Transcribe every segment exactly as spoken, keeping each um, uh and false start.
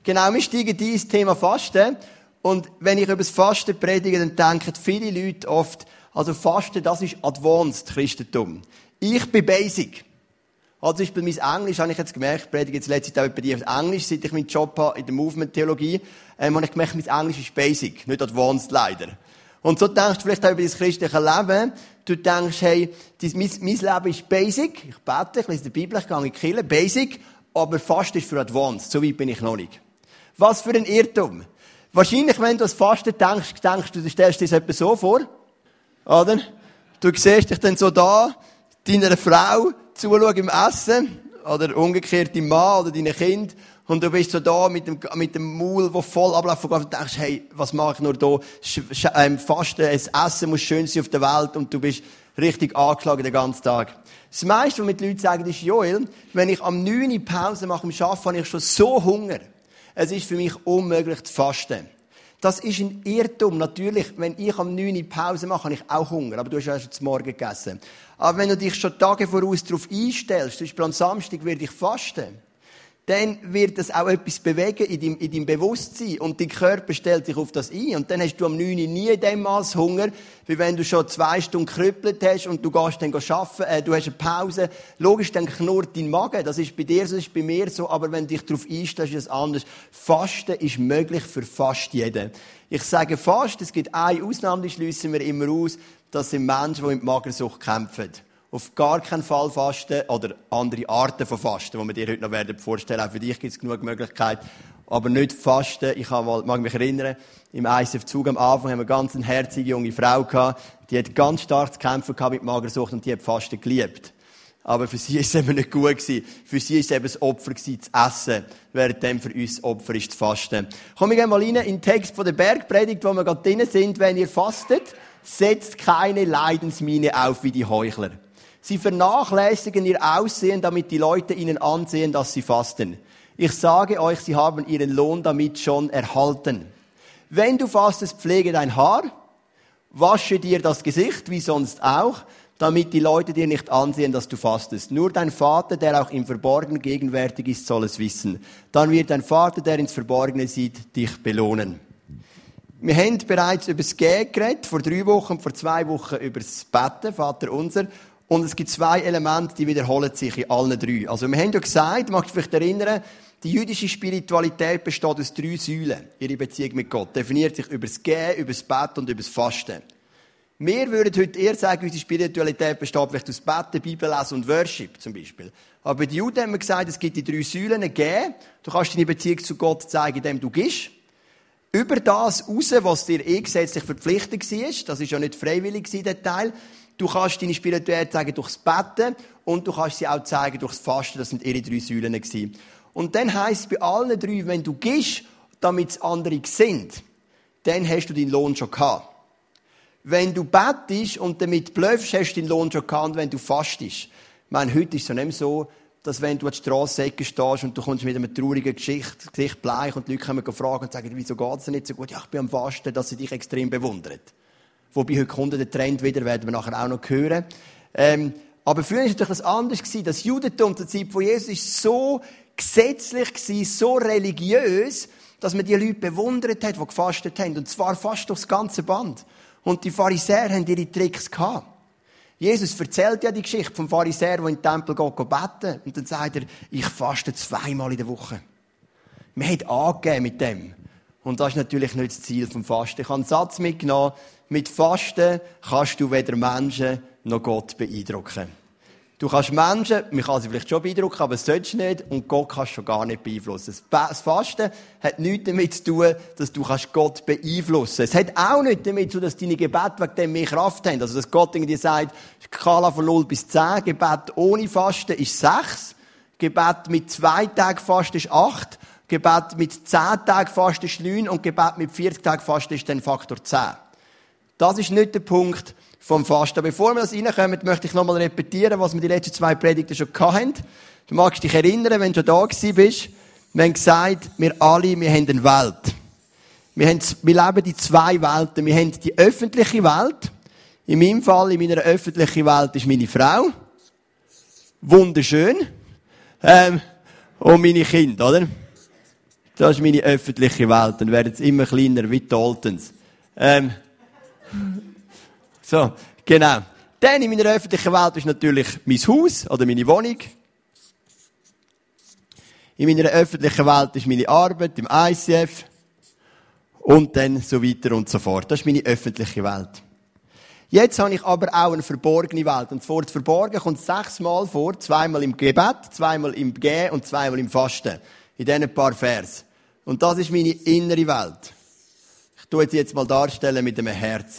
Genau, wir steigen ein ins Thema Fasten. Und wenn ich über das Fasten predige, dann denken viele Leute oft, also Fasten, das ist Advanced Christentum. Ich bin Basic. Also zum Beispiel mein Englisch, habe ich jetzt gemerkt, ich predige jetzt letzte Zeit auch bei dir auf Englisch, seit ich meinen Job habe in der Movement-Theologie, ähm, habe ich gemerkt, mein Englisch ist Basic, nicht Advanced leider. Und so denkst du vielleicht auch über dein christliche Leben. Du denkst, hey, dies, mein, mein Leben ist Basic, ich bete, ich lese die Bibel, ich gehe in die Kirche, Basic, aber Fasten ist für Advanced, so weit bin ich noch nicht. Was für ein Irrtum. Wahrscheinlich, wenn du an Fasten denkst, denkst du, du stellst dir das etwa so vor, oder? Du siehst dich dann so da, deiner Frau zuschauen im Essen, oder umgekehrt deinem Mann oder deinem Kind, und du bist so da mit dem, mit dem Maul, wo voll abläuft, und denkst, hey, was mache ich nur da? Sch- ähm, Fasten, das Essen muss schön sein auf der Welt, und du bist richtig angeschlagen den ganzen Tag. Das meiste, was mit den Leuten sagen, ist, Joel, wenn ich am neun Uhr Pause mache im Arbeiten, habe ich schon so Hunger. Es ist für mich unmöglich zu fasten. Das ist ein Irrtum. Natürlich, wenn ich am neun Uhr Pause mache, habe ich auch Hunger. Aber du hast ja schon zum Morgen gegessen. Aber wenn du dich schon Tage voraus darauf einstellst, zum Beispiel am Samstag werde ich fasten, dann wird es auch etwas bewegen in deinem, in deinem Bewusstsein. Und dein Körper stellt sich auf das ein. Und dann hast du am neun Uhr nie in dem Maß Hunger, wie wenn du schon zwei Stunden gekrüppelt hast und du gehst dann arbeiten, äh, du hast eine Pause. Logisch, dann knurrt dein Magen. Das ist bei dir so, das ist bei mir so. Aber wenn du dich darauf einstellst, ist es anders. Fasten ist möglich für fast jeden. Ich sage fast, es gibt eine Ausnahme, die schliessen wir immer aus. Das sind Menschen, die mit Magersucht kämpfen. Auf gar keinen Fall Fasten oder andere Arten von Fasten, die wir dir heute noch werden vorstellen. Auch für dich gibt es genug Möglichkeiten. Aber nicht Fasten. Ich habe mal, mag mich erinnern, im I S F-Zug am Anfang haben wir eine ganz herzige junge Frau gehabt. Die hat ganz stark zu kämpfen gehabt mit Magersucht und die hat Fasten geliebt. Aber für sie ist es eben nicht gut gewesen. Für sie ist es eben das Opfer gewesen, zu essen. Während für uns das Opfer ist zu fasten. Kommen wir mal rein in den Text von der Bergpredigt, wo wir gerade drin sind. Wenn ihr fastet, setzt keine Leidensmiene auf wie die Heuchler. Sie vernachlässigen ihr Aussehen, damit die Leute ihnen ansehen, dass sie fasten. Ich sage euch, sie haben ihren Lohn damit schon erhalten. Wenn du fastest, pflege dein Haar, wasche dir das Gesicht, wie sonst auch, damit die Leute dir nicht ansehen, dass du fastest. Nur dein Vater, der auch im Verborgenen gegenwärtig ist, soll es wissen. Dann wird dein Vater, der ins Verborgene sieht, dich belohnen. Wir haben bereits über das Gehen geredet, vor drei Wochen und vor zwei Wochen über das Betten, Vater unser. Und es gibt zwei Elemente, die wiederholen sich in allen drei. Also wir haben ja gesagt, magst du vielleicht erinnern, die jüdische Spiritualität besteht aus drei Säulen. Ihre Beziehung mit Gott definiert sich über das Gehen, über das Beten und über das Fasten. Wir würden heute eher sagen, unsere Spiritualität besteht vielleicht aus Beten, Bibellesen und Worship zum Beispiel. Aber bei den Juden haben wir gesagt, es gibt die drei Säulen. Gehen, du kannst deine Beziehung zu Gott zeigen, indem du gibst. Über das raus, was dir eh gesetzlich verpflichtet war, das ist ja nicht freiwillig der Teil. Du kannst deine Spiritualität zeigen durchs Beten und du kannst sie auch zeigen durchs Fasten. Das sind ihre drei Säulen gewesen. Und dann heisst es bei allen drei, wenn du gibst, damit es andere sind, dann hast du deinen Lohn schon gehabt. Wenn du betest und damit blöffst, hast du deinen Lohn schon gehabt. Und wenn du fastest. Ich meine, heute ist es ja nicht mehr so, dass wenn du an der Strassenecke stehst und du kommst mit einer traurigen Geschichte, Gesicht bleich und die Leute kommen fragen und sagen, wieso geht es dir nicht so gut? Ja, ich bin am Fasten, dass sie dich extrem bewundern. Wobei heute kommt der Trend wieder, werden wir nachher auch noch hören. Ähm, aber früher war es natürlich das anders gewesen. Das Judentum zur Zeit von Jesus ist so gesetzlich gewesen, so religiös, dass man die Leute bewundert hat, die gefastet haben. Und zwar fast durchs ganze Band. Und die Pharisäer haben ihre Tricks gehabt. Jesus erzählt ja die Geschichte vom Pharisäer, der in den Tempel geht, geht beten. Und dann sagt er, ich faste zweimal in der Woche. Man hat angegeben mit dem. Und das ist natürlich nicht das Ziel vom Fasten. Ich habe einen Satz mitgenommen. Mit Fasten kannst du weder Menschen noch Gott beeindrucken. Du kannst Menschen, man kann sie vielleicht schon beeindrucken, aber das sollst du nicht. Und Gott kannst du schon gar nicht beeinflussen. Das Fasten hat nichts damit zu tun, dass du Gott beeinflussen kannst. Es hat auch nichts damit zu tun, dass deine Gebete wegen dem mehr Kraft haben. Also, dass Gott irgendwie sagt, Skala von null bis zehn, Gebet ohne Fasten ist sechs, Gebet mit zwei Tagen Fasten ist acht, Gebet mit zehn Tagen Fasten ist neun und Gebet mit vierzig Tagen Fasten ist dann Faktor zehn. Das ist nicht der Punkt vom Fasten. Bevor wir das reinkommen, möchte ich nochmal repetieren, was wir die letzten zwei Predigten schon hatten. Du magst dich erinnern, wenn du da gewesen bist. Wir haben gesagt, wir alle, wir haben eine Welt. Wir, haben, wir leben in zwei Welten. Wir haben die öffentliche Welt. In meinem Fall, in meiner öffentlichen Welt ist meine Frau. Wunderschön. Ähm, und meine Kinder, oder? Das ist meine öffentliche Welt. Dann werden es immer kleiner wie Daltons. Ähm. So, genau. Dann in meiner öffentlichen Welt ist natürlich mein Haus oder meine Wohnung. In meiner öffentlichen Welt ist meine Arbeit im I C F. Und dann so weiter und so fort. Das ist meine öffentliche Welt. Jetzt habe ich aber auch eine verborgene Welt. Und das Wort verborgen kommt sechsmal vor. Zweimal im Gebet, zweimal im Gehen und zweimal im Fasten. In diesen paar Vers. Und das ist meine innere Welt. Ich tue sie jetzt mal darstellen mit einem Herz.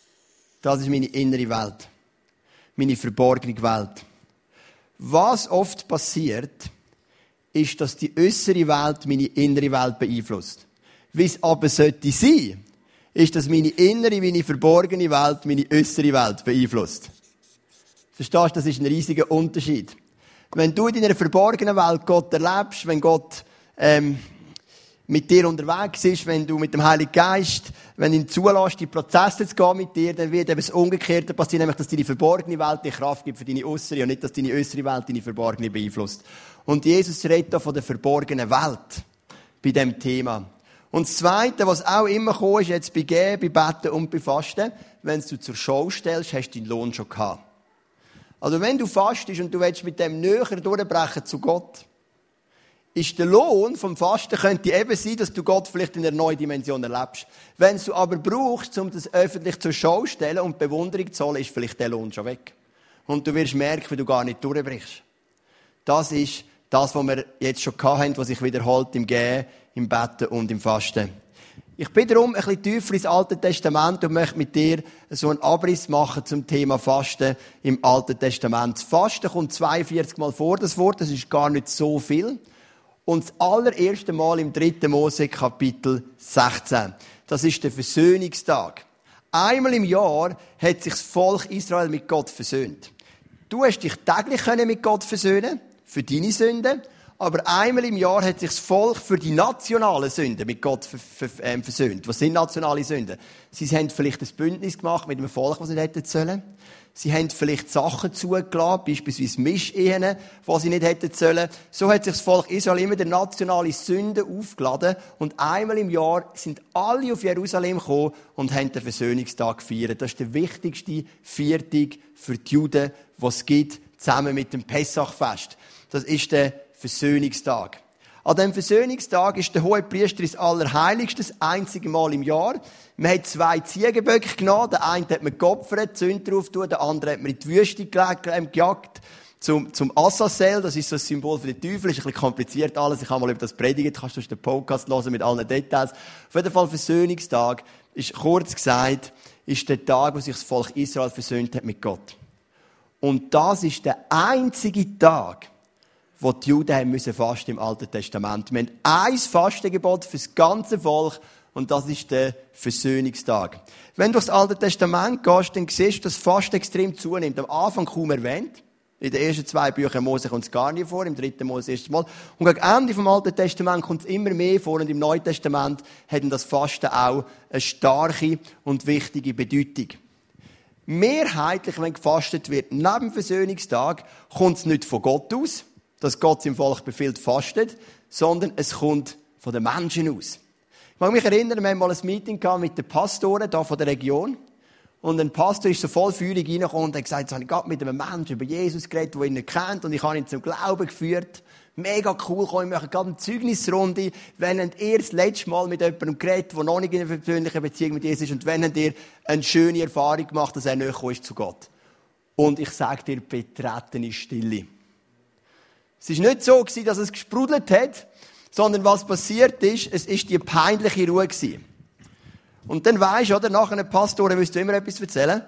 Das ist meine innere Welt. Meine verborgene Welt. Was oft passiert, ist, dass die äußere Welt meine innere Welt beeinflusst. Wie es aber sollte sein, ist, dass meine innere, meine verborgene Welt meine äußere Welt beeinflusst. Verstehst du, das ist ein riesiger Unterschied. Wenn du in deiner verborgenen Welt Gott erlebst, wenn Gott ähm, mit dir unterwegs ist, wenn du mit dem Heiligen Geist, wenn du ihn zulässt, die Prozesse zu gehen mit dir, dann wird eben das Umgekehrte passieren, nämlich, dass deine verborgene Welt dir Kraft gibt für deine äußere und nicht, dass deine äußere Welt deine verborgene beeinflusst. Und Jesus redet hier von der verborgenen Welt bei diesem Thema. Und das Zweite, was auch immer kommt, ist jetzt bei Gehen, bei Beten und bei Fasten, wenn du zur Schau stellst, hast du deinen Lohn schon gehabt. Also wenn du fastest und du willst mit dem näher durchbrechen zu Gott, ist der Lohn vom Fasten könnte eben sein, dass du Gott vielleicht in einer neuen Dimension erlebst. Wenn du aber brauchst, um das öffentlich zur Schau zu stellen und Bewunderung zu holen, ist vielleicht der Lohn schon weg. Und du wirst merken, wie du gar nicht durchbrichst. Das ist das, was wir jetzt schon hatten, was sich wiederholt im Gehen, im Beten und im Fasten. Ich bin darum ein bisschen tiefer ins Alte Testament und möchte mit dir so einen Abriss machen zum Thema Fasten im Alten Testament. Das Fasten kommt zweiundvierzig Mal vor, das Wort, das ist gar nicht so viel. Und das allererste Mal im dritten Mose Kapitel sechzehn. Das ist der Versöhnungstag. Einmal im Jahr hat sich das Volk Israel mit Gott versöhnt. Du hast dich täglich mit Gott versöhnen, für deine Sünden. Aber einmal im Jahr hat sich das Volk für die nationalen Sünden mit Gott ähm, versöhnt. Was sind nationale Sünden? Sie haben vielleicht ein Bündnis gemacht mit einem Volk, das sie nicht hätten sollen. Sie haben vielleicht Sachen zugelassen, beispielsweise Mischehen, die sie nicht hätten sollen. So hat sich das Volk Israel immer der nationale Sünden aufgeladen. Und einmal im Jahr sind alle auf Jerusalem gekommen und haben den Versöhnungstag gefeiert. Das ist der wichtigste Viertag für die Juden, was es gibt, zusammen mit dem Pessachfest. Das ist der Versöhnungstag. An diesem Versöhnungstag ist der Hohepriester ins Allerheiligste, das einzige Mal im Jahr. Man hat zwei Ziegenböcke genommen. Den einen hat man geopfert, Sünder drauf tun, den anderen hat man in die Wüste gejagt, zum, zum Azazel. Das ist so ein Symbol für den Teufel. Ist ein bisschen kompliziert alles. Ich habe mal über das predigt. Kannst du den Podcast hören mit allen Details. Auf jeden Fall Versöhnungstag ist, kurz gesagt, ist der Tag, wo sich das Volk Israel versöhnt hat mit Gott. Und das ist der einzige Tag, wo die Juden haben müssen fasten im Alten Testament. Wir haben ein Fastengebot für das ganze Volk und das ist der Versöhnungstag. Wenn du durchs Alte Testament gehst, dann siehst du, dass Fasten extrem zunimmt. Am Anfang kaum erwähnt. In den ersten zwei Büchern Mose kommt es gar nicht vor, im dritten Mose das erste Mal. Und gegen Ende vom Alten Testament kommt es immer mehr vor und im Neuen Testament hat das Fasten auch eine starke und wichtige Bedeutung. Mehrheitlich, wenn gefastet wird, neben dem Versöhnungstag, kommt es nicht von Gott aus, dass Gott seinem Volk befiehlt, fastet, sondern es kommt von den Menschen aus. Ich mag mich erinnern, wir haben mal ein Meeting gehabt mit den Pastoren hier von der Region. Und ein Pastor ist so voll feurig reingekommen und hat gesagt, jetzt habe ich gerade mit einem Menschen über Jesus geredet, der ihn nicht kennt, und ich habe ihn zum Glauben geführt. Mega cool, komm, ich mache gerade eine Zeugnisrunde. Wenn habt ihr das letzte Mal mit jemandem geredet, der noch nicht in einer persönlichen Beziehung mit Jesus ist, und wenn habt ihr eine schöne Erfahrung gemacht, dass er näher ist zu Gott? Und ich sage dir, betretene Stille. Es war nicht so, dass es gesprudelt hat, sondern was passiert ist, es war die peinliche Ruhe. Und dann weisst du, oder, nach einem Pastor willst du immer etwas erzählen.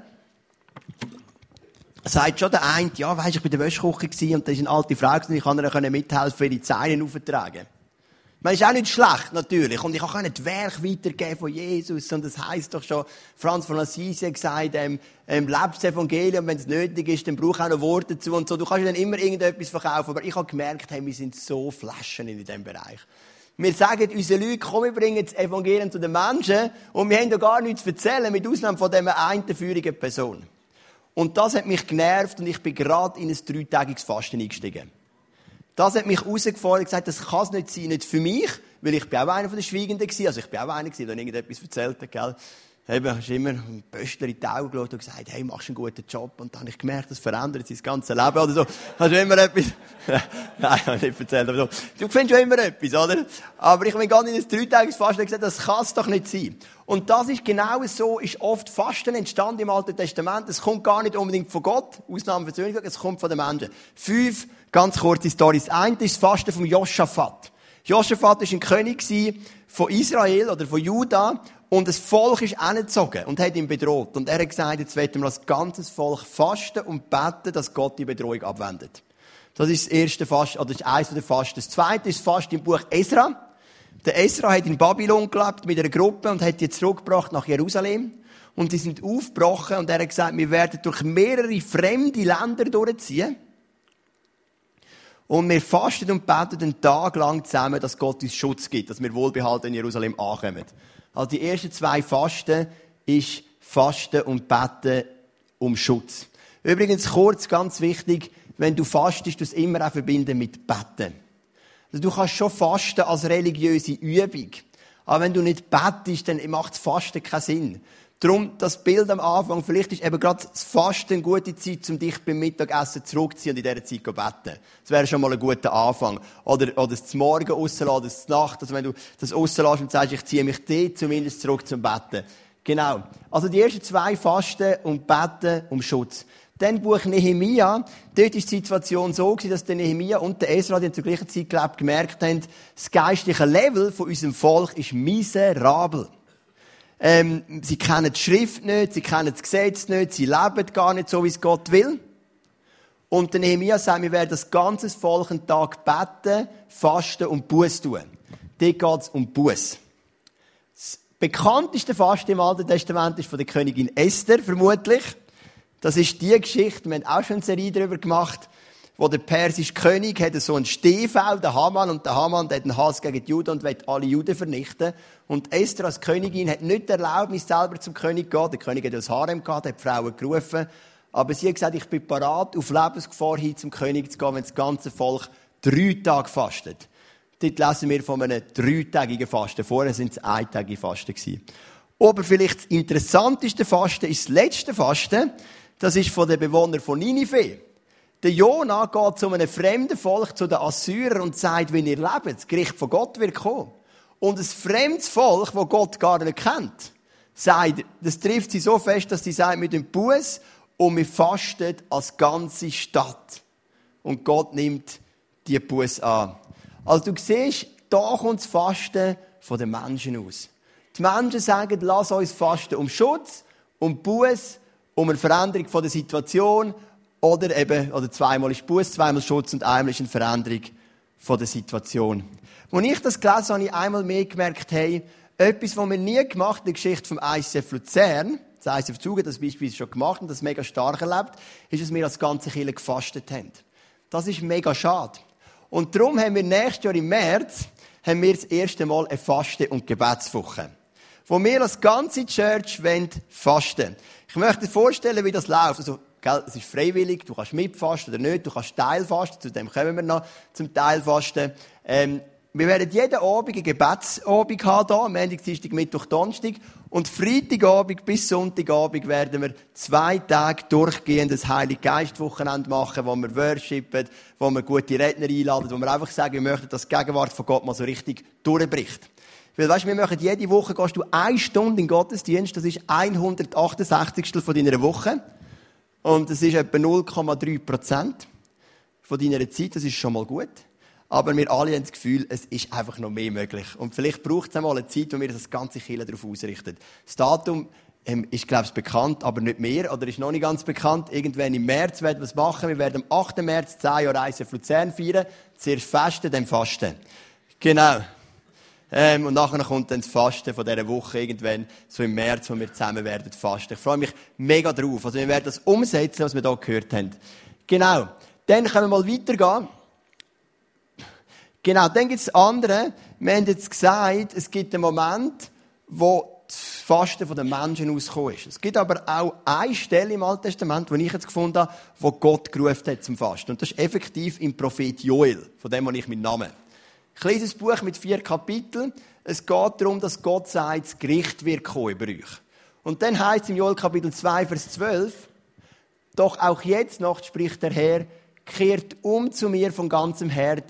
Sagt schon der eine, ja, weisst, ich war in der Wäschküche und da ist eine alte Frau und ich konnte ihr mithelfen, ihre Zähne aufzutragen. Man ist auch nicht schlecht, natürlich. Und ich kann nicht das Werk weitergeben von Jesus. Und das heisst doch schon, Franz von Assisi hat gesagt, ähm, ähm, lebt das Evangelium, wenn es nötig ist, dann brauch auch noch Worte dazu und so. Du kannst dann immer irgendetwas verkaufen. Aber ich habe gemerkt, hey, wir sind so Flaschen in diesem Bereich. Wir sagen unseren Leuten, komm, wir bringen das Evangelium zu den Menschen und wir haben da gar nichts zu erzählen, mit Ausnahme von dieser einen feurigen Person. Und das hat mich genervt und ich bin gerade in ein dreitägiges Fasten eingestiegen. Das hat mich herausgefordert und gesagt, das kann es nicht sein, nicht für mich, weil ich bin auch einer von den Schweigenden gewesen. Also ich bin auch einer gewesen, der irgendetwas erzählt hat, gell. Eben, hast immer ein Pöstler in die Augen geschaut und gesagt, hey, machst du einen guten Job? Und dann habe ich gemerkt, das verändert sein ganzes Leben oder so. Hast du immer etwas? Nein, ich habe nicht erzählt, aber so. Du findest ja immer etwas, oder? Aber ich bin gar nicht in ein dreitagiges Fasten gesagt, das kann es doch nicht sein. Und das ist genau so, ist oft Fasten entstanden im Alten Testament. Es kommt gar nicht unbedingt von Gott, Ausnahmen für Sünde, es kommt von den Menschen. Fünf ganz kurze Storys. Das eine ist das Fasten vom Josaphat. Josaphat war ein König von Israel oder von Juda. Und das Volk ist hingezogen und hat ihn bedroht. Und er hat gesagt, jetzt wollen wir als ganzes Volk fasten und beten, dass Gott die Bedrohung abwendet. Das ist das erste Fasten, oder das ist eines der Fasten. Das zweite ist das Fasten im Buch Esra. Der Esra hat in Babylon gelebt mit einer Gruppe und hat die zurückgebracht nach Jerusalem. Und die sind aufgebrochen und er hat gesagt, wir werden durch mehrere fremde Länder durchziehen. Und wir fasten und beten einen Tag lang zusammen, dass Gott uns Schutz gibt, dass wir wohlbehalten in Jerusalem ankommen. Also die ersten zwei Fasten ist Fasten und Beten um Schutz. Übrigens kurz, ganz wichtig, wenn du fastest, du es immer auch verbinden mit Beten. Also du kannst schon fasten als religiöse Übung. Aber wenn du nicht betest, dann macht das Fasten keinen Sinn. Darum das Bild am Anfang, vielleicht ist eben gerade das Fasten eine gute Zeit, um dich beim Mittagessen zurückzuziehen und in dieser Zeit zu beten. Das wäre schon mal ein guter Anfang. Oder, oder das Morgen rauslassen, oder das Nacht. Also wenn du das rauslässt und sagst, ich ziehe mich dort zumindest zurück zum Beten. Genau. Also die ersten zwei Fasten und Beten um Schutz. Dann Buch Nehemia. Dort ist die Situation so gewesen, dass der Nehemia und der Esra, die zur gleichen Zeit gelebt, gemerkt haben, das geistliche Level von unserem Volk ist miserabel. Ähm, sie kennen die Schrift nicht, sie kennen das Gesetz nicht, sie leben gar nicht so, wie es Gott will. Und der Nehemia sagt, wir werden das ganze Volk einen Tag beten, fasten und Buß tun. Dort geht es um Buß. Das bekannteste Fasten im Alten Testament ist von der Königin Esther, vermutlich. Das ist die Geschichte, wir haben auch schon eine Serie darüber gemacht, wo der persische König hatte so einen Stiefel, der Haman, und der Haman der hat einen Hass gegen die Juden und will alle Juden vernichten. Und Esther als Königin hat nicht erlaubt, mich selber zum König zu gehen. Der König hat das Harem gehabt, hat die Frauen gerufen. Aber sie hat gesagt, ich bin bereit, auf Lebensgefahr hin zum König zu gehen, wenn das ganze Volk drei Tage fastet. Dort lesen wir von einem dreitägigen Fasten. Vorher waren es eintägige Fasten gewesen. Aber vielleicht das interessanteste Fasten ist das letzte Fasten. Das ist von den Bewohnern von Ninive. Der Jona geht zu einem fremden Volk, zu den Assyrern, und sagt, wenn ihr lebt, das Gericht von Gott wird kommen. Und ein fremdes Volk, das Gott gar nicht kennt, sagt, das trifft sie so fest, dass sie sagt, mit dem Buß und wir fasten als ganze Stadt. Und Gott nimmt die Buß an. Also du siehst, da kommt das Fasten von den Menschen aus. Die Menschen sagen, lass uns fasten um Schutz, um Buß, um eine Veränderung von der Situation, oder eben, oder zweimal ist Buß, zweimal Schutz und einmal ist eine Veränderung von der Situation. Als ich das gelesen habe, habe ich einmal mehr gemerkt, hey, etwas, was wir nie gemacht haben in der Geschichte vom I C F Luzern, das I C F Zug hat das beispielsweise schon gemacht und das mega stark erlebt, ist, dass wir als ganze Kirche gefastet haben. Das ist mega schade. Und darum haben wir nächstes Jahr im März, haben wir das erste Mal eine Fasten- und Gebetswoche, wo wir als ganze Church fasten wollen. Ich möchte dir vorstellen, wie das läuft. Also, gell, es ist freiwillig, du kannst mitfasten oder nicht, du kannst Teilfasten, zu dem kommen wir noch, zum Teilfasten. Ähm, wir werden jeden Abend eine Gebetsabend haben, hier, Montag, Dienstag, Mittwoch, Donnerstag. Und Freitagabend bis Sonntagabend werden wir zwei Tage durchgehend das Heilige Geist-Wochenende machen, wo wir worshipen, wo wir gute Redner einladen, wo wir einfach sagen, wir möchten, dass die Gegenwart von Gott mal so richtig durchbricht. Weil, weißt, wir machen jede Woche, gehst du eine Stunde in den Gottesdienst, das ist hundertachtundsechzig von deiner Woche. Und das ist etwa null Komma drei Prozent von deiner Zeit, das ist schon mal gut. Aber wir alle haben das Gefühl, es ist einfach noch mehr möglich. Und vielleicht braucht es einmal eine Zeit, wo wir das ganze Kirche darauf ausrichten. Das Datum ähm, ist, glaube ich, bekannt, aber nicht mehr, oder ist noch nicht ganz bekannt. Irgendwann im März werden wir es machen. Wir werden am achten März zehn Jahre I C F Luzern feiern. Zuerst Fasten, dann Fasten. Genau. Ähm, und nachher kommt dann das Fasten von dieser Woche irgendwann, so im März, wo wir zusammen werden fasten. Ich freue mich mega drauf. Also wir werden das umsetzen, was wir hier gehört haben. Genau. Dann können wir mal weitergehen. Genau, dann gibt es andere. Wir haben jetzt gesagt, es gibt einen Moment, wo das Fasten von den Menschen ausgekommen ist. Es gibt aber auch eine Stelle im Alten Testament, die ich jetzt gefunden habe, wo Gott gerufen hat zum Fasten. Und das ist effektiv im Prophet Joel, von dem habe ich meinen Namen. Kleines Buch mit vier Kapiteln. Es geht darum, dass Gott sagt, das Gericht wird kommen über euch. Und dann heißt es im Joel Kapitel zwei, Vers zwölf, doch auch jetzt noch, spricht der Herr, kehrt um zu mir von ganzem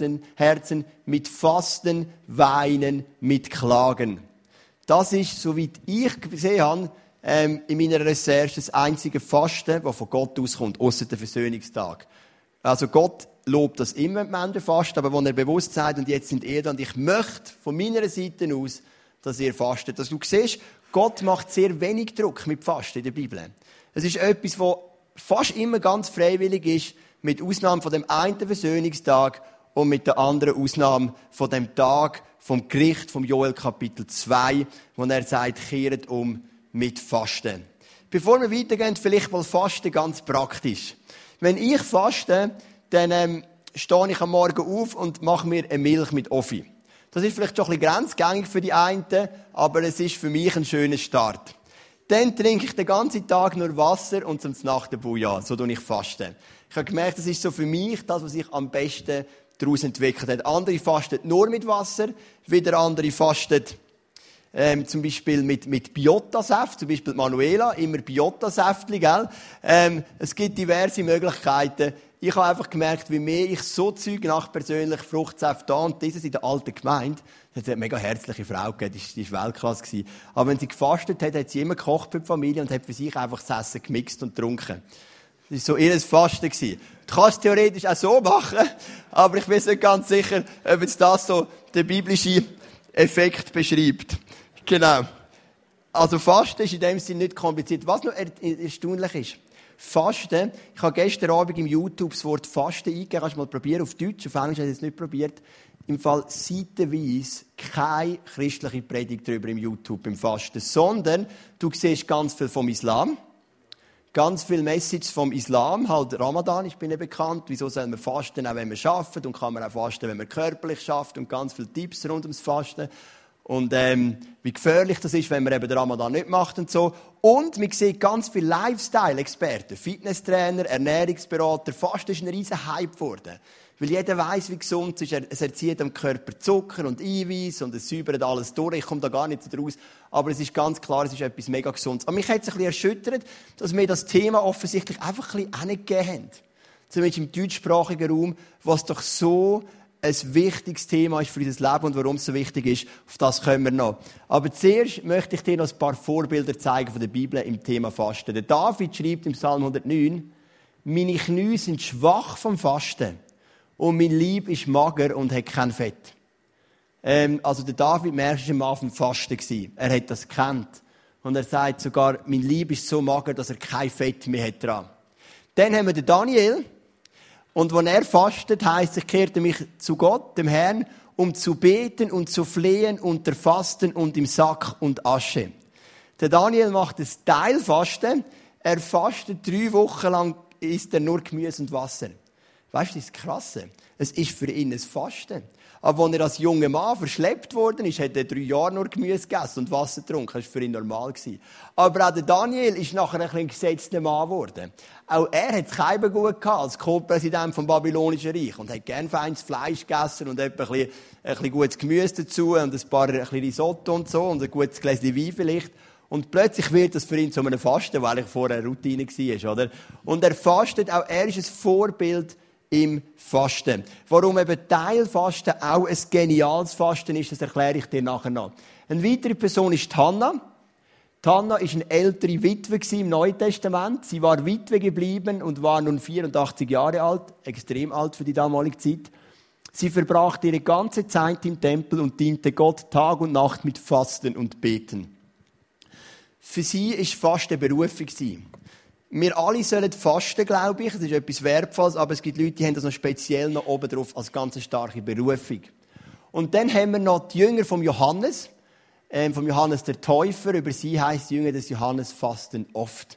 Herzen mit Fasten, Weinen, mit Klagen. Das ist, soweit ich gesehen habe, ähm, in meiner Recherche das einzige Fasten, das von Gott auskommt, ausser der Versöhnungstag. Also Gott lobt das immer, wenn Menschen fasten, aber wenn er bewusst sagt, und jetzt sind ihr da, und ich möchte von meiner Seite aus, dass ihr fastet. Dass du siehst, Gott macht sehr wenig Druck mit Fasten in der Bibel. Es ist etwas, was fast immer ganz freiwillig ist, mit Ausnahme von dem einen Versöhnungstag und mit der anderen Ausnahme von dem Tag vom Gericht vom Joel Kapitel zwei, wo er sagt, kehret um mit Fasten. Bevor wir weitergehen, vielleicht mal Fasten ganz praktisch. Wenn ich faste, dann ähm, stehe ich am Morgen auf und mache mir eine Milch mit Offi. Das ist vielleicht schon ein bisschen grenzgängig für die einen, aber es ist für mich ein schöner Start. Dann trinke ich den ganzen Tag nur Wasser und zum Nacht den Bouillon. So tue ich fasten. Ich habe gemerkt, das ist so für mich das, was sich am besten daraus entwickelt hat. Andere fasten nur mit Wasser, wieder andere fasten ähm, zum Beispiel mit, mit Biota-Saft, zum Beispiel Manuela, immer Biota-Säftli, gell? Ähm, es gibt diverse Möglichkeiten. Ich habe einfach gemerkt, wie mehr ich so Zeug nach persönlich Fruchtsaft da und dieses in der alten Gemeinde, das hat eine mega herzliche Frau gegeben, die war Weltklasse gewesen. Aber wenn sie gefastet hat, hat sie immer gekocht für die Familie und hat für sich einfach das Essen gemixt und getrunken. Das war so ihr Fasten gewesen. Du kannst es theoretisch auch so machen, aber ich bin nicht ganz sicher, ob jetzt das so der biblische Effekt beschreibt. Genau. Also Fasten ist in dem Sinne nicht kompliziert. Was noch erstaunlich ist, Fasten, ich habe gestern Abend im YouTube das Wort Fasten eingegeben, kannst du mal probieren, auf Deutsch, auf Englisch habe ich es nicht probiert. Im Fall seitenweise keine christliche Predigt darüber im YouTube beim Fasten, sondern du siehst ganz viel vom Islam, ganz viel Message vom Islam, halt Ramadan, ich bin ja bekannt, wieso soll man fasten, auch wenn man arbeitet, und kann man auch fasten, wenn man körperlich arbeitet, und ganz viele Tipps rund ums Fasten. Und ähm, wie gefährlich das ist, wenn man eben den Ramadan nicht macht und so. Und man sieht ganz viele Lifestyle-Experten, Fitnesstrainer, Ernährungsberater. Fasten ist ein riesen Hype geworden. Weil jeder weiss, wie gesund es ist. Es erzieht am Körper Zucker und Eiweiß und es säubert alles durch. Ich komme da gar nicht so draus. Aber es ist ganz klar, es ist etwas mega Gesundes. Aber mich hat es ein bisschen erschüttert, dass wir das Thema offensichtlich einfach ein bisschen angegeben haben. Zumindest im deutschsprachigen Raum, was doch so ein wichtiges Thema ist für unser Leben und warum es so wichtig ist, auf das kommen wir noch. Aber zuerst möchte ich dir noch ein paar Vorbilder zeigen von der Bibel im Thema Fasten. Der David schreibt im Psalm hundertneun, meine Knie sind schwach vom Fasten und mein Leib ist mager und hat kein Fett. Ähm, also der David, merkst du, war am Anfang Fasten gewesen. Er hat das gekannt. Und er sagt sogar, mein Leib ist so mager, dass er kein Fett mehr hat dran. Dann haben wir den Daniel. Und wenn er fastet, heisst, ich kehrte mich zu Gott, dem Herrn, um zu beten und zu flehen unter Fasten und im Sack und Asche. Der Daniel macht ein Teilfasten. Er fastet drei Wochen lang, isst er nur Gemüse und Wasser. Weißt du, das ist krass. Es ist für ihn ein Fasten. Aber als er als junger Mann verschleppt worden ist, hat er drei Jahre nur Gemüse gegessen und Wasser getrunken. Das war für ihn normal. Aber auch der Daniel ist nachher ein bisschen gesetzter Mann geworden. Auch er hat es keinem gut gehabt als Co-Präsident vom Babylonischen Reich und hat gerne feines Fleisch gegessen und etwa ein bisschen, ein bisschen gutes Gemüse dazu und ein paar ein bisschen Risotto und so und ein gutes Gläschen Wein vielleicht. Und plötzlich wird das für ihn zu einem Fasten, weil er vorher eine Routine war, oder? Und er fastet, auch er ist ein Vorbild im Fasten. Warum eben Teilfasten auch ein geniales Fasten ist, das erkläre ich dir nachher noch. Eine weitere Person ist Hannah. Hannah war eine ältere Witwe im Neuen Testament. Sie war Witwe geblieben und war nun vierundachtzig Jahre alt, extrem alt für die damalige Zeit. Sie verbrachte ihre ganze Zeit im Tempel und diente Gott Tag und Nacht mit Fasten und Beten. Für sie war Fasten eine Berufung. Wir alle sollen fasten, glaube ich. Das ist etwas Wertvolles, aber es gibt Leute, die haben das noch speziell noch oben drauf als ganz starke Berufung. Und dann haben wir noch die Jünger vom Johannes, ähm, vom Johannes der Täufer. Über sie heisst, die Jünger des Johannes fasten oft.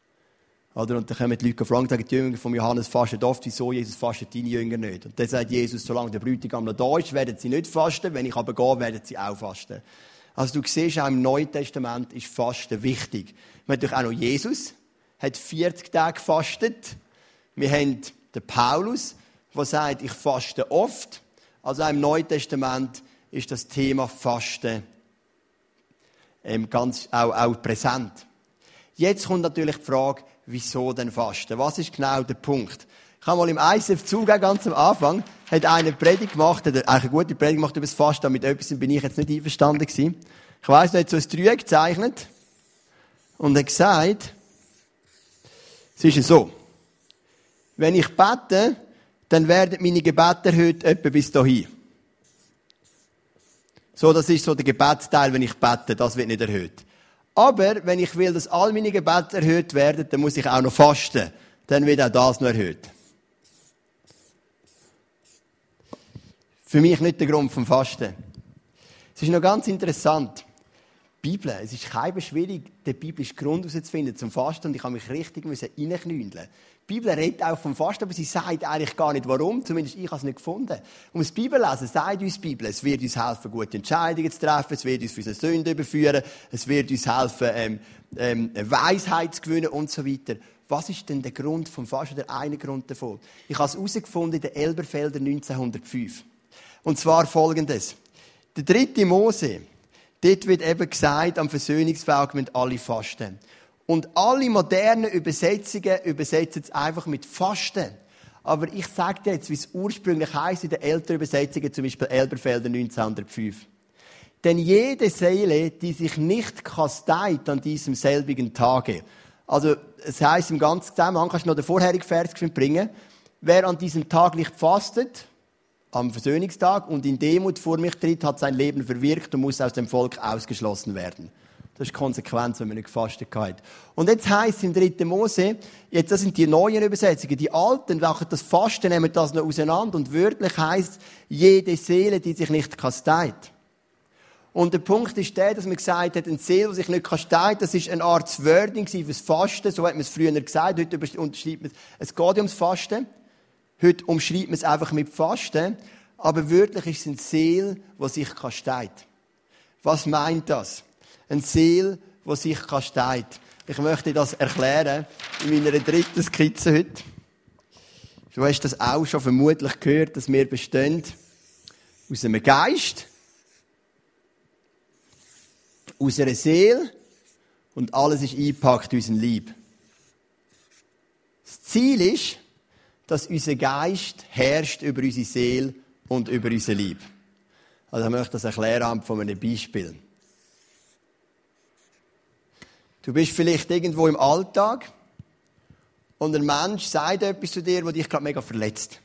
Oder? Und dann kommen die Leute fragen, die Jünger vom Johannes fasten oft, wieso Jesus fastet deine Jünger nicht? Und dann sagt Jesus, solange der Bräutigam noch da ist, werden sie nicht fasten. Wenn ich aber gehe, werden sie auch fasten. Also du siehst, auch im Neuen Testament ist Fasten wichtig. Wir haben natürlich auch noch Jesus, hat vierzig Tage gefastet. Wir haben den Paulus, der sagt, ich faste oft. Also auch im Neuen Testament ist das Thema Fasten ähm, ganz auch, auch präsent. Jetzt kommt natürlich die Frage, wieso denn Fasten? Was ist genau der Punkt? Ich habe mal im I C F zugegeben, ganz am Anfang, hat einer eine Predigt gemacht, hat eigentlich eine gute Predigt gemacht über das Fasten, mit etwas bin ich jetzt nicht einverstanden gewesen. Ich weiss, er hat so ein Dreieck gezeichnet und hat gesagt, es ist so, wenn ich bete, dann werden meine Gebete erhöht etwa bis dahin. So, das ist so der Gebetsteil, wenn ich bete, das wird nicht erhöht. Aber wenn ich will, dass all meine Gebete erhöht werden, dann muss ich auch noch fasten. Dann wird auch das noch erhöht. Für mich nicht der Grund vom Fasten. Es ist noch ganz interessant. Die Bibel, es ist keinem schwierig, den biblischen Grund herauszufinden zum Fasten, und ich habe mich richtig reinknündeln. Die Bibel redet auch vom Fasten, aber sie sagt eigentlich gar nicht warum, zumindest ich habe es nicht gefunden. Und das Bibellesen sagt uns die Bibel, es wird uns helfen, gute Entscheidungen zu treffen, es wird uns für unsere Sünden überführen, es wird uns helfen, ähm, ähm, Weisheit zu gewinnen und so weiter. Was ist denn der Grund vom Fasten, der eine Grund davon? Ich habe es herausgefunden in den Elberfelder neunzehnhundertfünf. Und zwar Folgendes. Der dritte Mose, dort wird eben gesagt, am Versöhnungsberg müssen alle fasten. Und alle modernen Übersetzungen übersetzen es einfach mit Fasten. Aber ich sage dir jetzt, wie es ursprünglich heisst in den älteren Übersetzungen, zum Beispiel Elberfelder neunzehnhundertfünf. Denn jede Seele, die sich nicht kasteit an diesem selbigen Tage. Also, es heisst im ganzen Zusammenhang, kannst du noch den vorherigen Vers bringen, wer an diesem Tag nicht fastet, am Versöhnungstag, und in Demut vor mich tritt, hat sein Leben verwirkt und muss aus dem Volk ausgeschlossen werden. Das ist die Konsequenz, wenn man nicht gefastet hat. Und jetzt heisst es im dritten Mose, jetzt, das sind die neuen Übersetzungen, die alten, machen das Fasten, nehmen das noch auseinander, und wörtlich heisst, jede Seele, die sich nicht kasteit. Und der Punkt ist der, dass man gesagt hat, eine Seele, die sich nicht kasteit, das ist eine Art Wording für das Fasten, so hat man es früher gesagt, heute unterschreibt man es, es geht ums Fasten. Heute umschreibt man es einfach mit Fasten, aber wörtlich ist es eine Seele, die sich kasteit. Was meint das? Eine Seele, die sich kasteit. Ich möchte das erklären in meiner dritten Skizze heute. Du hast das auch schon vermutlich gehört, dass wir bestehen aus einem Geist, aus einer Seele, und alles ist eingepackt in unseren Leib. Das Ziel ist, dass unser Geist herrscht über unsere Seele und über unser Leib. Also ich möchte das erklären von einem Beispiel. Du bist vielleicht irgendwo im Alltag und ein Mensch sagt etwas zu dir, das dich gerade mega verletzt.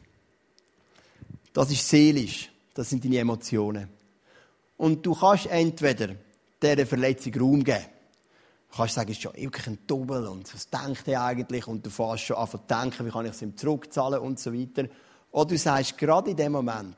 Das ist seelisch. Das sind deine Emotionen. Und du kannst entweder dieser Verletzung Raum geben. Du kannst sagen, es ist schon wirklich ein Double und was denkt er eigentlich? Und du fährst schon an zu denken, wie kann ich es ihm zurückzahlen und so weiter. Oder du sagst, gerade in dem Moment,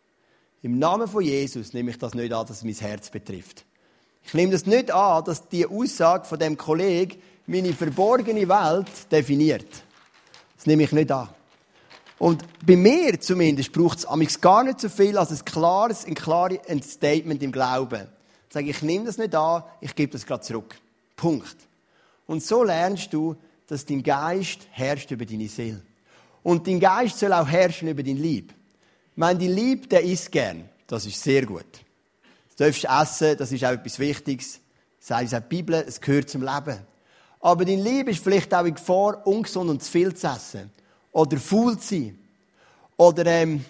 im Namen von Jesus nehme ich das nicht an, dass es mein Herz betrifft. Ich nehme das nicht an, dass die Aussage von dem Kollegen meine verborgene Welt definiert. Das nehme ich nicht an. Und bei mir zumindest braucht es amigs gar nicht so viel als ein klares, ein klares Statement im Glauben. Ich sage, ich nehme das nicht an, ich gebe das gerade zurück. Punkt. Und so lernst du, dass dein Geist herrscht über deine Seele. Und dein Geist soll auch herrschen über dein Leib. Ich meine, dein Leib, der isst gern. Das ist sehr gut. Du darfst essen, das ist auch etwas Wichtiges. Das sagt die Bibel, es gehört zum Leben. Aber dein Leib ist vielleicht auch in Gefahr, ungesund und zu viel zu essen. Oder faul zu sein. Oder ähm,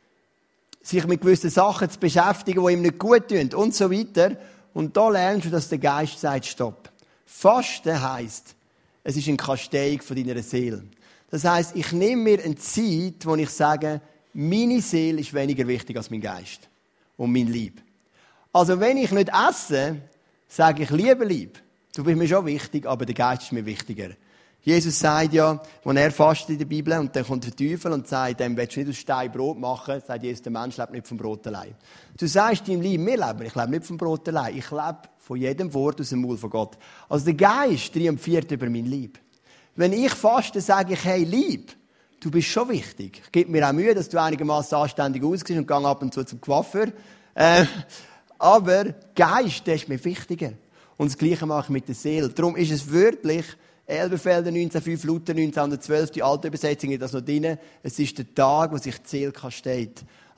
sich mit gewissen Sachen zu beschäftigen, die ihm nicht gut tun. Und so weiter. Und da lernst du, dass der Geist sagt, stopp. Fasten heisst, es ist eine Kasteiung von deiner Seele. Das heisst, ich nehme mir eine Zeit, wo ich sage, meine Seele ist weniger wichtig als mein Geist und mein Leib. Also wenn ich nicht esse, sage ich, lieber Leib, du bist mir schon wichtig, aber der Geist ist mir wichtiger. Jesus sagt ja, wenn er fastet in der Bibel, und dann kommt der Teufel und sagt, dem willst du nicht aus Stein Brot machen, sagt Jesus, der Mensch lebt nicht vom Brot allein. Du sagst deinem Leib, wir leben, ich lebe nicht vom Brot allein, ich lebe von jedem Wort aus dem Mund von Gott. Also der Geist triumphiert über mein Leib. Wenn ich faste, sage ich, hey Leib, du bist schon wichtig. Ich gebe mir auch Mühe, dass du einigermaßen anständig aussiehst und gehe ab und zu zum Coiffeur. Äh, aber Geist, der ist mir wichtiger. Und das Gleiche mache ich mit der Seele. Darum ist es wörtlich, Elberfelder neunzehnhundertfünf, Luther neunzehnhundertzwölf, die alte Übersetzung ist das noch drin. Es ist der Tag, wo sich die Seele kasteit.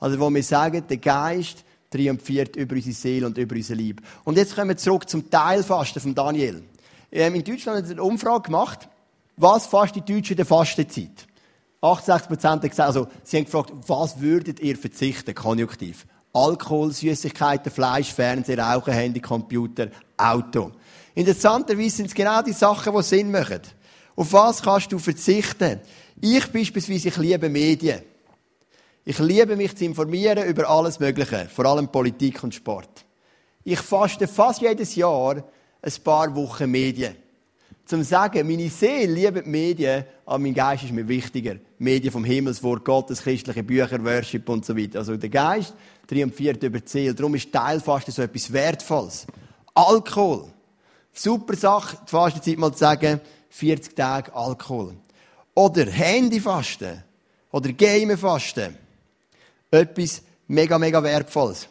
Also wo wir sagen, der Geist triumphiert über unsere Seele und über unser Leib. Und jetzt kommen wir zurück zum Teilfasten von Daniel. Ähm, in Deutschland haben sie eine Umfrage gemacht, was fastet die Deutschen in der Fastenzeit? achtundsechzig Prozent haben gesagt, also sie haben gefragt, was würdet ihr verzichten, konjunktiv? Alkohol, Süßigkeiten, Fleisch, Fernsehen, Rauchen, Handy, Computer, Auto. Interessanterweise sind es genau die Sachen, die Sinn machen. Auf was kannst du verzichten? Ich beispielsweise, ich liebe Medien. Ich liebe mich zu informieren über alles Mögliche, vor allem Politik und Sport. Ich faste fast jedes Jahr ein paar Wochen Medien. Zum sagen, meine Seele liebt die Medien, aber mein Geist ist mir wichtiger. Medien vom Himmelswort Gottes, christliche Bücher, Worship und so weiter. Also der Geist triumphiert über die Seele. Darum ist Teilfasten so etwas Wertvolles. Alkohol. Super Sache, die Fastenzeit mal zu sagen, vierzig Tage Alkohol. Oder Handyfasten. Oder Gamefasten. Etwas mega, mega Wertvolles.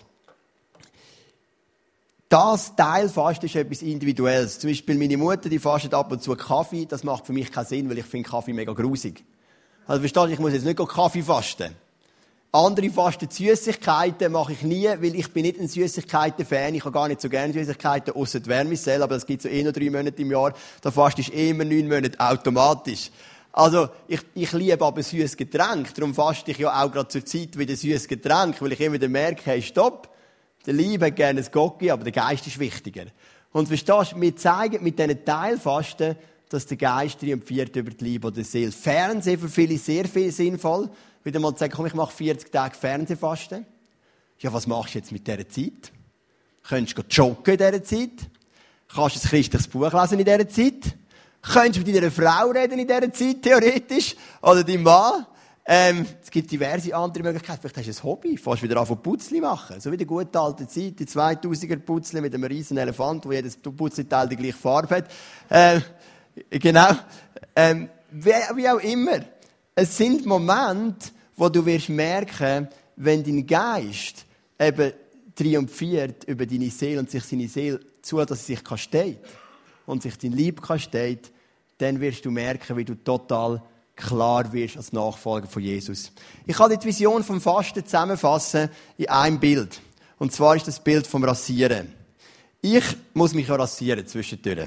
Das Teilfasten ist etwas Individuelles. Zum Beispiel meine Mutter, die fastet ab und zu Kaffee. Das macht für mich keinen Sinn, weil ich finde Kaffee mega grusig. Also verstehst du, ich muss jetzt nicht Kaffee fasten. Andere fasten Süßigkeiten mache ich nie, weil ich bin nicht ein Süßigkeiten-Fan. Ich habe gar nicht so gerne Süßigkeiten, ausser die Wärmeselle, aber das gibt so eh noch drei Monate im Jahr. Da fastest du eh immer neun Monate automatisch. Also, ich, ich liebe aber süßes Getränk. Darum faste ich ja auch gerade zur Zeit wieder süßes Getränk, weil ich immer wieder merke, hey, stopp. Der Liebe hat gerne ein Gocki, aber der Geist ist wichtiger. Und verstehst du, wir zeigen mit diesen Teilfasten, dass der Geist triumphiert über die Liebe oder die Seele. Fernsehen für viele sehr viel sinnvoll. Wieder mal zu sagen, komm, ich mache vierzig Tage Fernsehfasten. Ja, was machst du jetzt mit dieser Zeit? Könntest du joggen in dieser Zeit? Kannst du ein christliches Buch lesen in dieser Zeit? Könntest du mit deiner Frau reden in dieser Zeit, theoretisch? Oder deinem Mann? Ähm, es gibt diverse andere Möglichkeiten. Vielleicht hast du ein Hobby. Fährst wieder an von Putzli machen. So wie in der guten alten Zeit, die zweitausender Putzli mit einem riesen Elefant, wo jedes Putzliteil die gleiche Farbe hat. Ähm, genau. Ähm, wie, wie auch immer. Es sind Momente, wo du wirst merken, wenn dein Geist eben triumphiert über deine Seele und sich seine Seele zulässt, dass sie sich steht und sich dein Leib steht, dann wirst du merken, wie du total klar wirst als Nachfolger von Jesus. Ich kann die Vision vom Fasten zusammenfassen in einem Bild. Und zwar ist das Bild vom Rasieren. Ich muss mich ja rasieren zwischendurch.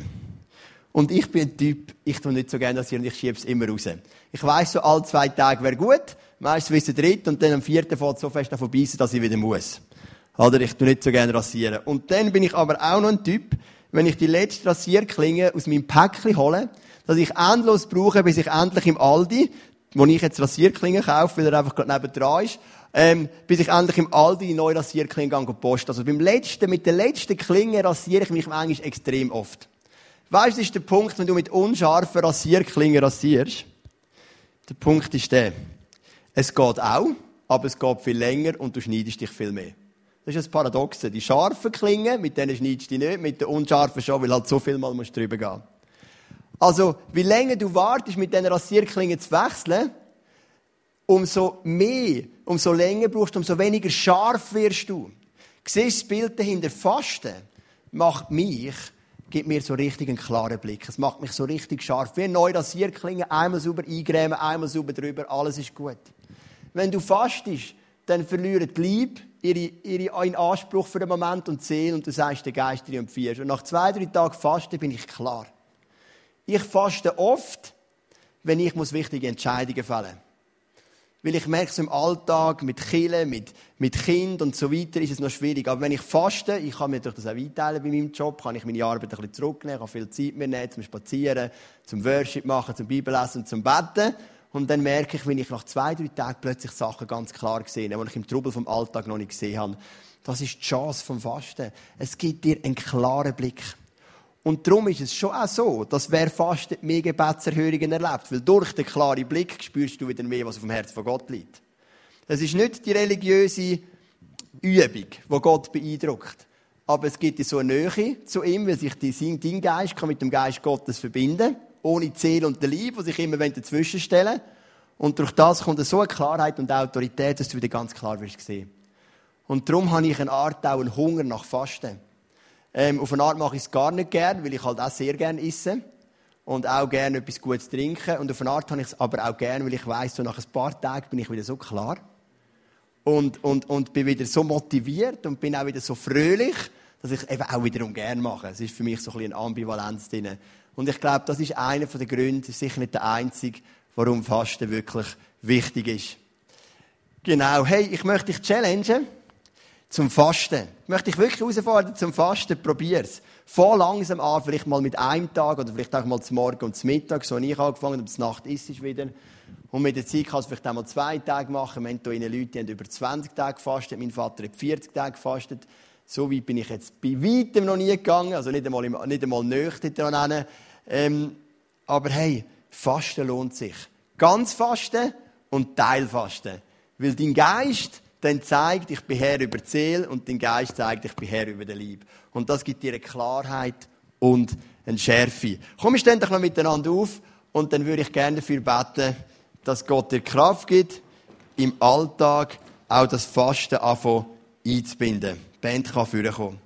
Und ich bin ein Typ, ich tue nicht so gerne rasieren und ich schiebe es immer raus. Ich weiss, so alle zwei Tage wäre gut, meistens bis der dritte und dann am vierten fällt es so fest davon beißen, dass ich wieder muss. Oder ich tue nicht so gerne rasieren. Und dann bin ich aber auch noch ein Typ, wenn ich die letzte Rasierklinge aus meinem Päckchen hole, dass ich endlos brauche, bis ich endlich im Aldi, wo ich jetzt Rasierklingen kaufe, weil er einfach gerade nebendran ist, ähm, bis ich endlich im Aldi die neue Rasierklinge poste. Also beim letzten, mit der letzten Klinge rasiere ich mich manchmal extrem oft. Weißt du, das ist der Punkt, wenn du mit unscharfen Rasierklingen rasierst. Der Punkt ist der, es geht auch, aber es geht viel länger und du schneidest dich viel mehr. Das ist das Paradoxe. Die scharfen Klingen, mit denen schneidest du dich nicht, mit den unscharfen schon, weil halt so viel Mal musst du drüber gehen. Also, wie länger du wartest, mit diesen Rasierklingen zu wechseln, umso mehr, umso länger brauchst du, umso weniger scharf wirst du. Siehst du das Bild dahinter? Fasten macht mich, gibt mir so richtig einen klaren Blick. Es macht mich so richtig scharf. Wie eine neue Rasierklinge, einmal sauber eingrämen, einmal sauber drüber, alles ist gut. Wenn du fastest, dann verlieren die Liebe ihre, ihre, ihren Anspruch für den Moment und die Seele und du sagst, der Geist triumphiert. Und nach zwei, drei Tagen Fasten bin ich klar. Ich faste oft, wenn ich muss wichtige Entscheidungen fällen muss. Weil ich merke, so im Alltag, mit Kindern, mit, mit Kind und so weiter, ist es noch schwierig. Aber wenn ich faste, ich kann mir durch das auch einteilen bei meinem Job, kann ich meine Arbeit ein bisschen zurücknehmen, kann viel Zeit mir nehmen, zum Spazieren, zum Worship machen, zum Bibellesen und zum Beten. Und dann merke ich, wenn ich nach zwei, drei Tagen plötzlich Sachen ganz klar gesehen habe, die ich im Trubel vom Alltag noch nicht gesehen habe. Das ist die Chance vom Fasten. Es gibt dir einen klaren Blick. Und darum ist es schon auch so, dass wer fastet, mehr Gebetserhörungen erlebt. Weil durch den klaren Blick spürst du wieder mehr, was auf dem Herzen von Gott liegt. Es ist nicht die religiöse Übung, die Gott beeindruckt. Aber es gibt so eine Nähe zu ihm, weil sich dein Geist kann mit dem Geist Gottes verbinden kann. Ohne die Seele und den Leib, die sich immer dazwischen stellen. Und durch das kommt so eine Klarheit und Autorität, dass du wieder ganz klar wirst sehen. Und darum habe ich eine Art auch einen Hunger nach Fasten. Ähm, auf eine Art mache ich es gar nicht gern, weil ich halt auch sehr gerne esse. Und auch gerne etwas Gutes trinken. Und auf eine Art habe ich es aber auch gern, weil ich weiss, so nach ein paar Tagen bin ich wieder so klar. und, und, und bin wieder so motiviert und bin auch wieder so fröhlich, dass ich eben auch wiederum gerne mache. Es ist für mich so ein bisschen eine Ambivalenz drin. Und ich glaube, das ist einer der Gründe, sicher nicht der einzige, warum Fasten wirklich wichtig ist. Genau. Hey, ich möchte dich challengen zum Fasten. Ich möchte dich wirklich herausfordern zum Fasten. Probier's. Fang langsam an, vielleicht mal mit einem Tag oder vielleicht auch mal zum Morgen und zum Mittag, so habe ich angefangen, und zur Nacht isst es wieder. Und mit der Zeit kannst du vielleicht auch mal zwei Tage machen. Wir haben hier Leute, die haben über zwanzig Tage gefastet. Mein Vater hat vierzig Tage gefastet. So weit bin ich jetzt bei weitem noch nie gegangen. Also nicht einmal, im, nicht einmal nöch daran. Ähm, aber hey, Fasten lohnt sich. Ganz Fasten und Teilfasten. Weil dein Geist dann zeigt, ich bin Herr über die Seele, und dein Geist zeigt, ich bin Herr über den Leib. Und das gibt dir eine Klarheit und eine Schärfe. Komm, wir stehen doch noch miteinander auf, und dann würde ich gerne dafür beten, dass Gott dir Kraft gibt, im Alltag auch das Fasten anfangen einzubinden. Die Band kann vorkommen.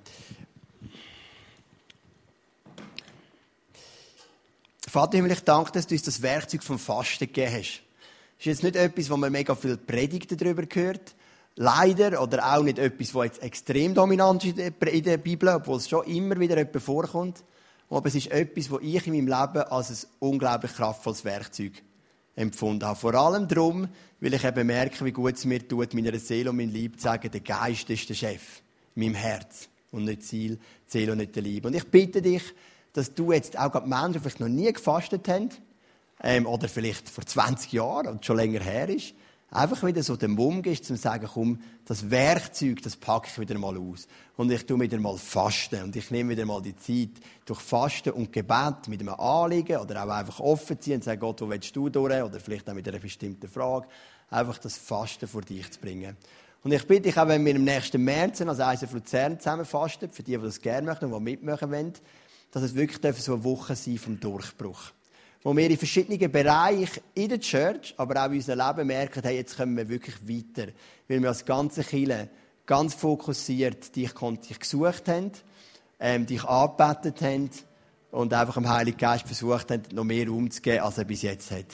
Vater Himmel, ich danke, dass du uns das Werkzeug vom Fasten gegeben hast. Das ist jetzt nicht etwas, wo man mega viel Predigten darüber hört. Leider. Oder auch nicht etwas, was jetzt extrem dominant ist in der Bibel, obwohl es schon immer wieder etwas vorkommt. Aber es ist etwas, was ich in meinem Leben als ein unglaublich kraftvolles Werkzeug empfunden habe. Vor allem darum, weil ich eben merke, wie gut es mir tut, meiner Seele und meinem Leib zu sagen, der Geist ist der Chef in meinem Herz und nicht die Seele und nicht der Leib. Und ich bitte dich, dass du jetzt auch gerade Menschen, die vielleicht noch nie gefastet haben, ähm, oder vielleicht vor zwanzig Jahren und schon länger her ist, einfach wieder so den Mumm gibst, zum zu sagen, komm, das Werkzeug, das packe ich wieder mal aus. Und ich tue wieder mal Fasten. Und ich nehme wieder mal die Zeit, durch Fasten und Gebet mit einem Anliegen oder auch einfach offen zu sein und sagen, Gott, wo willst du durch? Oder vielleicht auch mit einer bestimmten Frage. Einfach das Fasten vor dich zu bringen. Und ich bitte dich auch, wenn wir im nächsten März als I S F Luzern zusammen fasten, für die, die das gerne möchten und die mitmachen wollen, dass es wirklich so eine Woche sein vom Durchbruch. Wo wir in verschiedenen Bereichen in der Church, aber auch in unserem Leben merken, hey, jetzt kommen wir wirklich weiter. Weil wir als ganze Kirche ganz fokussiert dich, dich gesucht haben, ähm, dich angebetet haben und einfach dem Heiligen Geist versucht haben, noch mehr Raum zu geben, als er bis jetzt hat.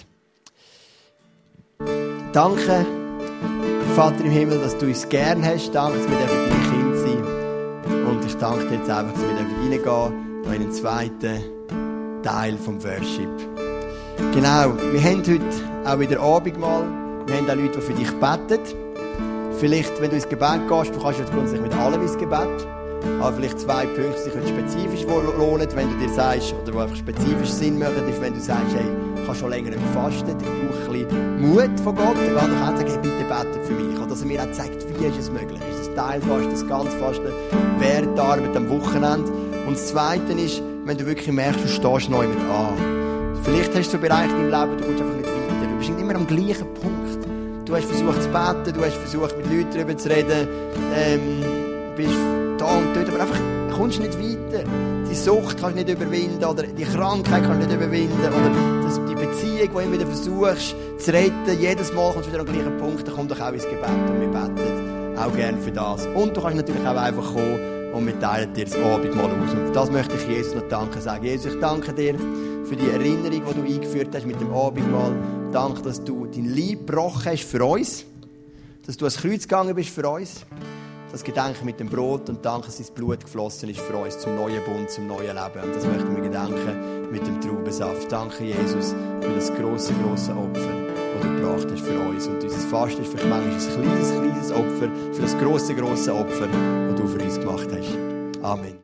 Danke, Vater im Himmel, dass du uns gern hast. Danke, dass wir deine Kinder sind. Und ich danke dir jetzt einfach, dass wir reingehen dürfen in den zweiten Teil vom Worship. Genau, wir haben heute auch wieder Abendmahl. Wir haben auch Leute, die für dich beten. Vielleicht, wenn du ins Gebet gehst, du kannst ja grundsätzlich mit allem ins Gebet. Aber vielleicht zwei Punkte, die sich spezifisch lohnen, wenn du dir sagst, oder die einfach spezifisch Sinn machen, ist, wenn du sagst, hey, ich habe schon länger nicht gefastet, ich brauche ein bisschen Mut von Gott. Dann kann ich auch sagen, hey, bitte betet für mich. Oder dass er mir auch zeigt, wie ist es möglich. Ist das Teilfasten, das Ganzfasten, während der Arbeit am Wochenende? Und das Zweite ist, wenn du wirklich merkst, du stehst neu mit an. Vielleicht hast du so Bereiche in deinem Leben, du kommst einfach nicht weiter. Du bist nicht immer am gleichen Punkt. Du hast versucht zu beten, du hast versucht mit Leuten darüber zu reden, ähm, bist da und dort, aber einfach kommst nicht weiter. Die Sucht kannst du nicht überwinden, oder die Krankheit kannst du nicht überwinden, oder das, die Beziehung, die du immer wieder versuchst zu retten, jedes Mal kommst du wieder am gleichen Punkt, dann komm doch auch ins Gebet und wir beten auch gerne für das. Und du kannst natürlich auch einfach kommen und wir teilen dir das Abendmahl aus. Und für das möchte ich Jesus noch Danke sagen. Jesus, ich danke dir für die Erinnerung, die du eingeführt hast mit dem Abendmahl. Danke, dass du dein Leib gebrochen hast für uns, dass du ans Kreuz gegangen bist für uns. Das Gedenken mit dem Brot, und danke, dass dein Blut geflossen ist für uns zum neuen Bund, zum neuen Leben. Und das möchten wir gedenken mit dem Traubensaft. Danke, Jesus, für das grosse, grosse Opfer, das du gebracht hast für uns. Und unser Fasten ist vielleicht manchmal ein kleines, kleines Opfer für das grosse, grosse Opfer, das du für uns gemacht hast. Amen.